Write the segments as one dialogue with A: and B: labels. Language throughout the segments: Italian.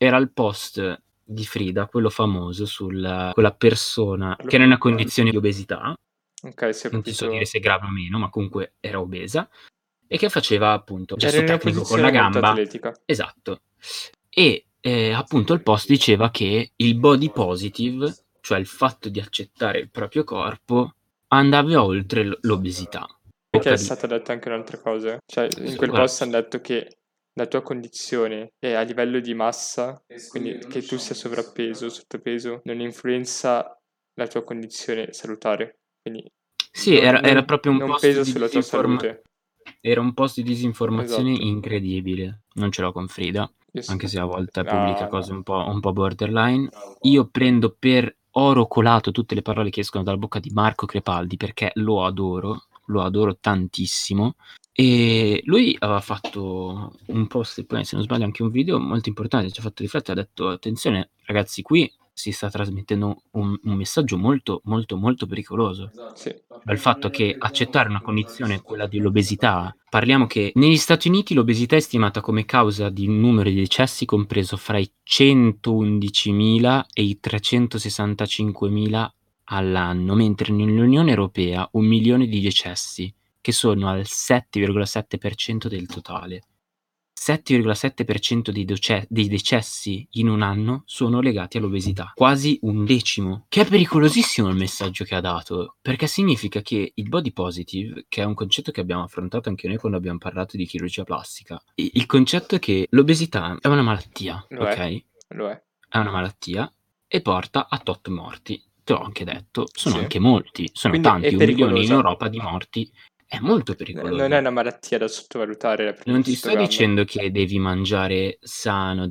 A: era il post di Frida, quello famoso quella persona che era in una condizione di obesità,
B: Ok, si è
A: non ti so
B: capito.
A: dire se grave o meno, ma comunque era obesa, e che faceva appunto
B: Era
A: gesto
B: in una
A: tecnico con la
B: posizione molto
A: gamba.
B: atletica.
A: Esatto. E appunto il post diceva che il body positive, cioè il fatto di accettare il proprio corpo, andava oltre l'obesità.
B: Perché è stata detta anche un'altra cosa. Cioè, in quel
A: Guarda,
B: post hanno detto che la tua condizione è a livello di massa, quindi che tu sia sovrappeso, sottopeso, non influenza la tua condizione salutare. Quindi
A: sì, era proprio un
B: non
A: post
B: pesa
A: di
B: sulla tua salute.
A: Era un post di disinformazione
B: Esatto.
A: incredibile. Non ce l'ho con Frida, anche se a volte pubblica
B: No,
A: cose
B: no.
A: un po' borderline. Io prendo per oro colato tutte le parole che escono dalla bocca di Marco Crepaldi perché lo adoro tantissimo. E lui aveva fatto un post e poi, se non sbaglio, anche un video molto importante. Ci ha fatto riflettere, ha detto: attenzione, ragazzi, qui si sta trasmettendo un messaggio molto, molto, molto pericoloso.
B: Sì.
A: Dal fatto che accettare una condizione, quella dell'obesità, parliamo che negli Stati Uniti l'obesità è stimata come causa di un numero di decessi compreso fra i 111.000 e i 365.000 all'anno, mentre nell'Unione Europea 1 milione di decessi, che sono al 7,7% del totale. 7,7% dei decessi in un anno sono legati all'obesità, quasi un decimo, che è pericolosissimo il messaggio che ha dato, perché significa che il body positive, che è un concetto che abbiamo affrontato anche noi quando abbiamo parlato di chirurgia plastica, il concetto è che l'obesità è una malattia,
B: Lo è.
A: ok?
B: Lo è.
A: È una malattia e porta a tot morti. Te l'ho anche detto, sono
B: Sì.
A: anche molti, sono
B: Quindi è
A: tanti, 1 milione in
B: pericolosa.
A: Europa di morti, è molto
B: Non è
A: pericolosa.
B: una malattia da sottovalutare, prima
A: Non
B: di
A: ti sto
B: sottogamma.
A: dicendo che devi mangiare sano,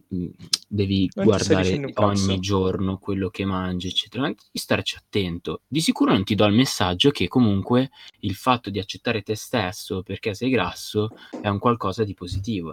A: devi
B: Non ti sto
A: guardare
B: dicendo un
A: ogni
B: cazzo.
A: giorno quello che mangi, eccetera, ma devi starci attento. Di sicuro non ti do il messaggio che comunque il fatto di accettare te stesso perché sei grasso è un qualcosa di positivo.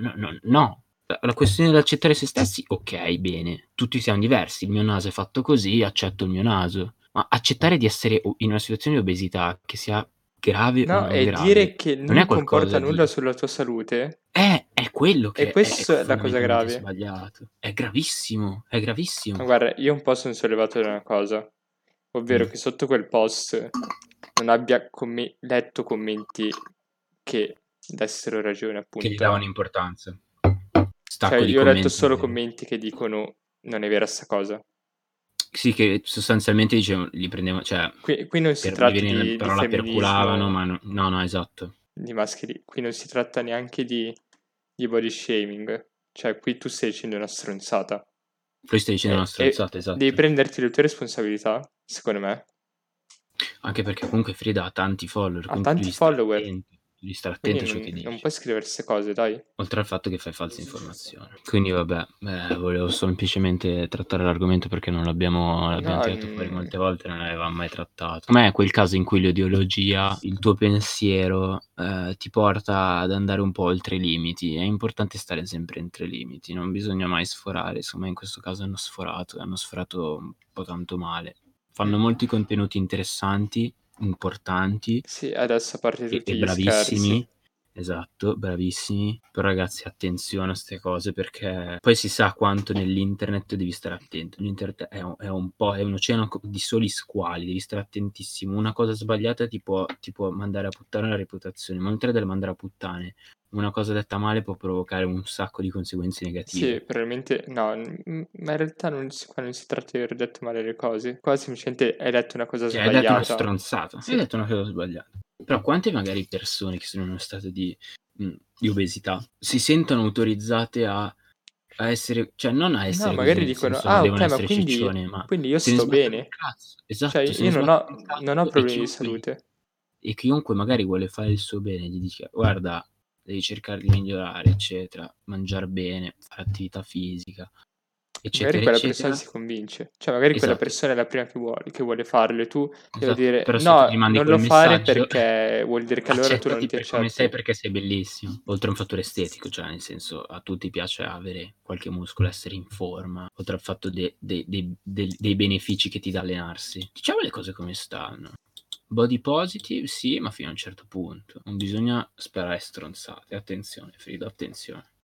A: No. La questione dell'accettare se stessi, ok, bene, tutti siamo diversi, il mio naso è fatto così, accetto il mio naso, ma accettare di essere in una situazione di obesità, che sia grave o
B: No,
A: non
B: e dire
A: grave,
B: che
A: non è
B: non comporta
A: qualcosa
B: nulla
A: di...
B: sulla tua salute,
A: È quello
B: e
A: che è
B: questa è la cosa
A: fondamentalmente
B: grave.
A: sbagliato. È gravissimo, è
B: Ma
A: gravissimo.
B: guarda, io un po' sono sollevato da una cosa, ovvero
A: Mm.
B: che sotto quel post non abbia letto commenti che dessero ragione,
A: Che gli
B: appunto,
A: davano
B: a...
A: importanza.
B: Cioè,
A: Stacco di
B: io ho letto
A: commenti.
B: solo commenti che dicono non è vera sta cosa.
A: Sì, che sostanzialmente dicevano, li prendevano, cioè,
B: Qui non si
A: mi
B: tratta
A: viene la
B: di
A: parola perculavano,
B: femminismo,
A: ma no, esatto.
B: di maschili, qui non si tratta neanche di body shaming, cioè qui tu stai dicendo una stronzata.
A: Lui stai dicendo una
B: E
A: stronzata,
B: devi
A: esatto.
B: prenderti le tue responsabilità, secondo me.
A: Anche perché comunque Frida ha tanti follower,
B: Ha
A: quindi
B: tanti follower,
A: devi stare
B: quindi
A: attento a ciò che
B: non
A: dici.
B: puoi scrivere queste cose, dai.
A: Oltre al fatto che fai false informazioni. Quindi vabbè, volevo semplicemente trattare l'argomento perché non l'abbiamo
B: No,
A: tirato fuori molte volte, non l'avevamo mai trattato. Com'è quel caso in cui l'ideologia, il tuo pensiero, ti porta ad andare un po' oltre i limiti? È importante stare sempre entro i limiti, non bisogna mai sforare. Secondo me in questo caso hanno sforato un po' tanto male. Fanno molti contenuti interessanti, importanti
B: sì, adesso a parte tutti
A: e
B: gli scherzi.
A: bravissimi. Esatto, bravissimi. Però ragazzi, attenzione a 'ste cose perché poi si sa quanto nell'internet devi stare attento. L'internet è un po', è un oceano di soli squali, devi stare attentissimo. Una cosa sbagliata ti può mandare a puttane la reputazione, ma oltre a mandare a puttane, una cosa detta male può provocare un sacco di conseguenze
B: Sì,
A: negative.
B: probabilmente no, ma in realtà qua non si tratta di aver detto male le cose, qua semplicemente hai detto una cosa
A: Cioè, hai detto una
B: sbagliata.
A: stronzata, hai
B: Sì.
A: detto una cosa sbagliata. Però quante magari persone che sono in uno stato di obesità si sentono autorizzate a essere, cioè non a
B: No,
A: essere così
B: magari
A: nel
B: dicono,
A: senso non
B: ah ok,
A: devono
B: ma
A: essere
B: quindi,
A: ciccione, ma
B: quindi io
A: se ne
B: sto
A: sbattono il
B: bene?
A: cazzo.
B: Cioè
A: Esatto, se
B: io
A: ne sbattono il
B: non ho
A: cazzo
B: problemi di salute.
A: e chiunque magari vuole fare il suo bene gli dice guarda, devi cercare di migliorare, eccetera, mangiar bene, fare attività fisica,
B: Magari
A: eccetera,
B: quella persona
A: eccetera.
B: si convince, cioè magari quella
A: Esatto,
B: persona è la prima che vuole farlo e tu devi
A: esatto.
B: dire
A: Però se tu gli
B: no,
A: mandi
B: non
A: quel
B: lo fare
A: messaggio
B: perché vuol dire che allora tu non
A: accettati
B: ti
A: per come sei
B: accetti.
A: perché sei bellissimo, oltre a un fattore estetico, cioè nel senso a tutti piace avere qualche muscolo, essere in forma, oltre al fatto dei benefici che ti dà allenarsi. Diciamo le cose come stanno. Body positive, sì, ma fino a un certo punto. Non bisogna sperare stronzate. Attenzione, Frida, attenzione.